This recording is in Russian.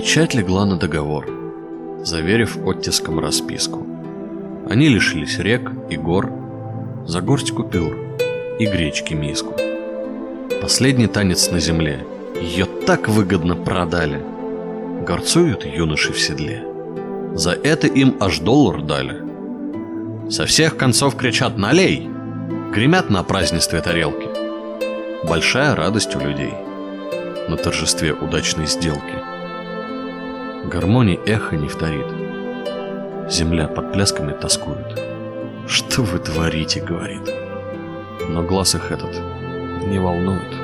Печать легла на договор, заверив оттиском расписку. Они лишились рек и гор за горсть купюр и гречки миску. Последний танец на земле, ее так выгодно продали. Горцуют юноши в седле, за это им аж $1 дали. Со всех концов кричат «Налей!», гремят на празднестве тарелки. Большая радость у людей на торжестве удачной сделки. Гармонии эхо не вторит, земля под плясками тоскует. «Что вы творите?» — говорит. Но глаз их этот не волнует.